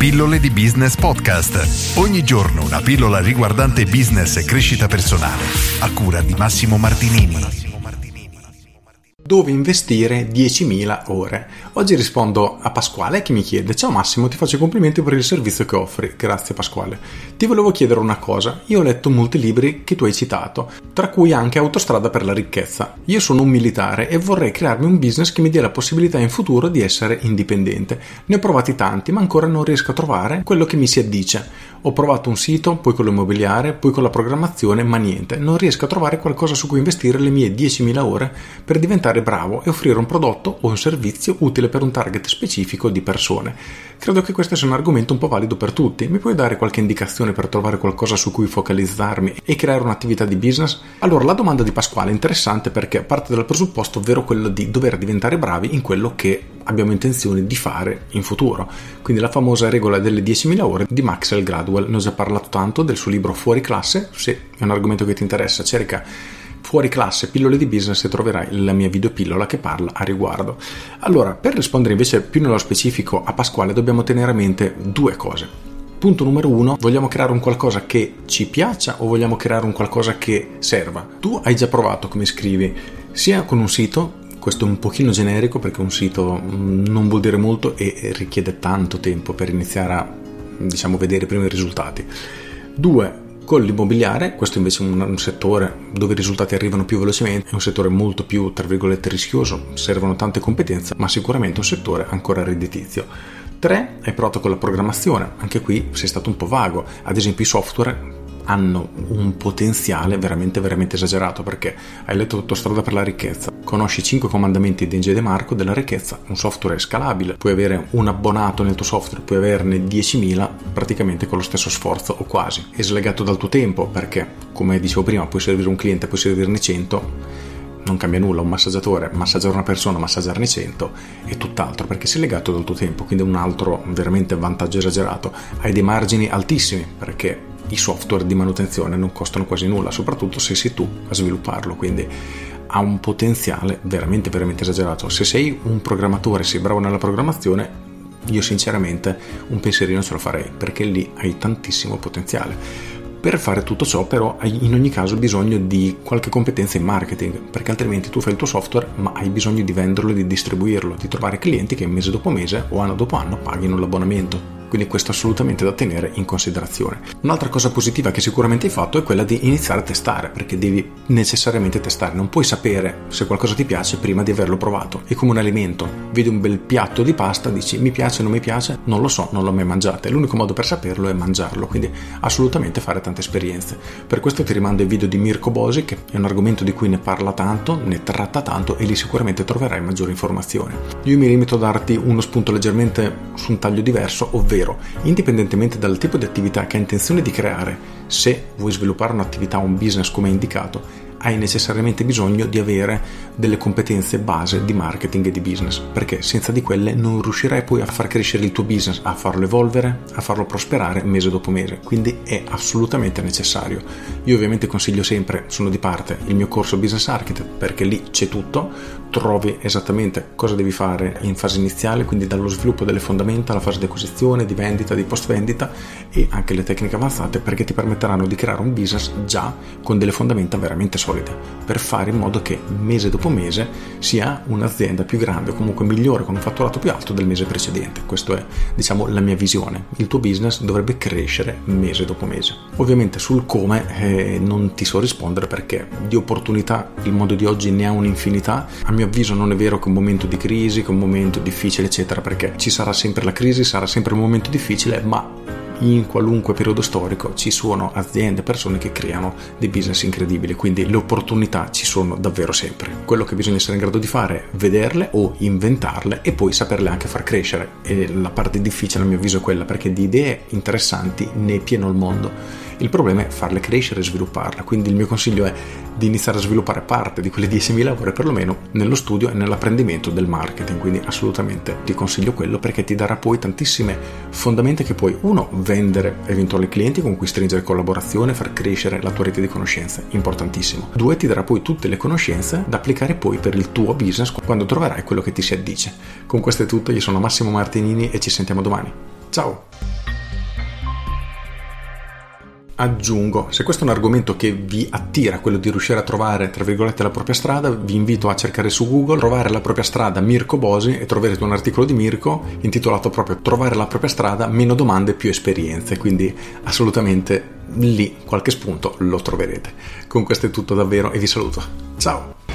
Pillole di Business Podcast. Ogni giorno una pillola riguardante business e crescita personale. A cura di Massimo Martinini. Dove investire 10.000 ore? Oggi rispondo a Pasquale che mi chiede: ciao Massimo, ti faccio i complimenti per il servizio che offri. Grazie Pasquale. Ti volevo chiedere una cosa. Io ho letto molti libri che tu hai citato, tra cui anche Autostrada per la ricchezza. Io sono un militare e vorrei crearmi un business che mi dia la possibilità in futuro di essere indipendente. Ne ho provati tanti, ma ancora non riesco a trovare quello che mi si addice. Ho provato un sito, poi con l'immobiliare, poi con la programmazione, ma niente. Non riesco a trovare qualcosa su cui investire le mie 10.000 ore per diventare bravo e offrire un prodotto o un servizio utile per un target specifico di persone. Credo che questo sia un argomento un po' valido per tutti. Mi puoi dare qualche indicazione per trovare qualcosa su cui focalizzarmi e creare un'attività di business? Allora, la domanda di Pasquale è interessante perché parte dal presupposto, ovvero quello di dover diventare bravi in quello che abbiamo intenzione di fare in futuro. Quindi la famosa regola delle 10.000 ore di Maxwell Gladwell. Ne ho già parlato tanto del suo libro Fuori Classe. Se è un argomento che ti interessa, cerca Fuori Classe, pillole di business e troverai la mia videopillola che parla a riguardo. Allora, per rispondere invece più nello specifico a Pasquale, dobbiamo tenere a mente due cose. Punto numero 1, vogliamo creare un qualcosa che ci piaccia o vogliamo creare un qualcosa che serva? Tu hai già provato, come scrivi, sia con un sito. Questo è un pochino generico perché un sito non vuol dire molto e richiede tanto tempo per iniziare a, vedere i primi risultati. 2, con l'immobiliare. Questo invece è un settore dove i risultati arrivano più velocemente, è un settore molto più, tra virgolette, rischioso, servono tante competenze, ma sicuramente un settore ancora redditizio. 3, hai provato con la programmazione. Anche qui sei stato un po' vago. Ad esempio i software hanno un potenziale veramente esagerato, perché hai letto Autostrada per la ricchezza, conosci 5 comandamenti di Inge De Marco della ricchezza. Un software è scalabile, puoi avere un abbonato nel tuo software, puoi averne 10.000 praticamente con lo stesso sforzo o quasi. È slegato dal tuo tempo perché, come dicevo prima, puoi servire un cliente, puoi servirne 100, non cambia nulla. Un massaggiatore, massaggiare una persona, massaggiarne 100 è tutt'altro, perché sei legato dal tuo tempo, quindi è un altro veramente vantaggio esagerato. Hai dei margini altissimi perché i software di manutenzione non costano quasi nulla, soprattutto se sei tu a svilupparlo, quindi ha un potenziale veramente esagerato. Se sei un programmatore, sei bravo nella programmazione, io sinceramente un pensierino ce lo farei, perché lì hai tantissimo potenziale. Per fare tutto ciò però hai in ogni caso bisogno di qualche competenza in marketing, perché altrimenti tu fai il tuo software ma hai bisogno di venderlo e di distribuirlo, di trovare clienti che mese dopo mese o anno dopo anno paghino l'abbonamento. Quindi questo è assolutamente da tenere in considerazione. Un'altra cosa positiva che sicuramente hai fatto è quella di iniziare a testare, perché devi necessariamente testare. Non puoi sapere se qualcosa ti piace prima di averlo provato. È come un alimento. Vedi un bel piatto di pasta, dici mi piace, non mi piace, non lo so, non l'ho mai mangiato. L'unico modo per saperlo è mangiarlo, quindi assolutamente fare tante esperienze. Per questo ti rimando ai video di Mirko Bosi, che è un argomento di cui ne parla tanto, ne tratta tanto e lì sicuramente troverai maggiori informazioni. Io mi limito a darti uno spunto leggermente su un taglio diverso, ovvero indipendentemente dal tipo di attività che hai intenzione di creare, se vuoi sviluppare un'attività o un business come indicato, hai necessariamente bisogno di avere delle competenze base di marketing e di business, perché senza di quelle non riuscirai poi a far crescere il tuo business, a farlo evolvere, a farlo prosperare mese dopo mese, quindi è assolutamente necessario. Io ovviamente consiglio sempre, sono di parte, il mio corso Business Architect, perché lì c'è tutto, trovi esattamente cosa devi fare in fase iniziale, quindi dallo sviluppo delle fondamenta alla fase di acquisizione, di vendita, di post vendita e anche le tecniche avanzate, perché ti permetteranno di creare un business già con delle fondamenta veramente solide, per fare in modo che mese dopo mese sia un'azienda più grande o comunque migliore, con un fatturato più alto del mese precedente. Questa è la mia visione. Il tuo business dovrebbe crescere mese dopo mese. Ovviamente sul come non ti so rispondere, perché di opportunità il mondo di oggi ne ha un'infinità. A mio avviso non è vero che un momento di crisi, che un momento difficile eccetera, perché ci sarà sempre la crisi, sarà sempre un momento difficile, ma in qualunque periodo storico ci sono aziende, persone che creano dei business incredibili, quindi le opportunità ci sono davvero sempre. Quello che bisogna essere in grado di fare è vederle o inventarle e poi saperle anche far crescere, e la parte difficile a mio avviso è quella, perché di idee interessanti ne è pieno il mondo. Il problema è farle crescere e svilupparle, quindi il mio consiglio è di iniziare a sviluppare parte di quelle 10.000 ore perlomeno nello studio e nell'apprendimento del marketing, quindi assolutamente ti consiglio quello, perché ti darà poi tantissime fondamenta che puoi, uno, vendere eventuali clienti con cui stringere collaborazione, far crescere la tua rete di conoscenze, importantissimo. 2, ti darà poi tutte le conoscenze da applicare poi per il tuo business quando troverai quello che ti si addice. Con questo è tutto, io sono Massimo Martinini e ci sentiamo domani. Ciao! aggiungo, se questo è un argomento che vi attira, quello di riuscire a trovare tra virgolette la propria strada, vi invito a cercare su Google trovare la propria strada Mirko Bosi e troverete un articolo di Mirko intitolato proprio trovare la propria strada, meno domande più esperienze, quindi assolutamente lì qualche spunto lo troverete. Con questo è tutto davvero e vi saluto, ciao.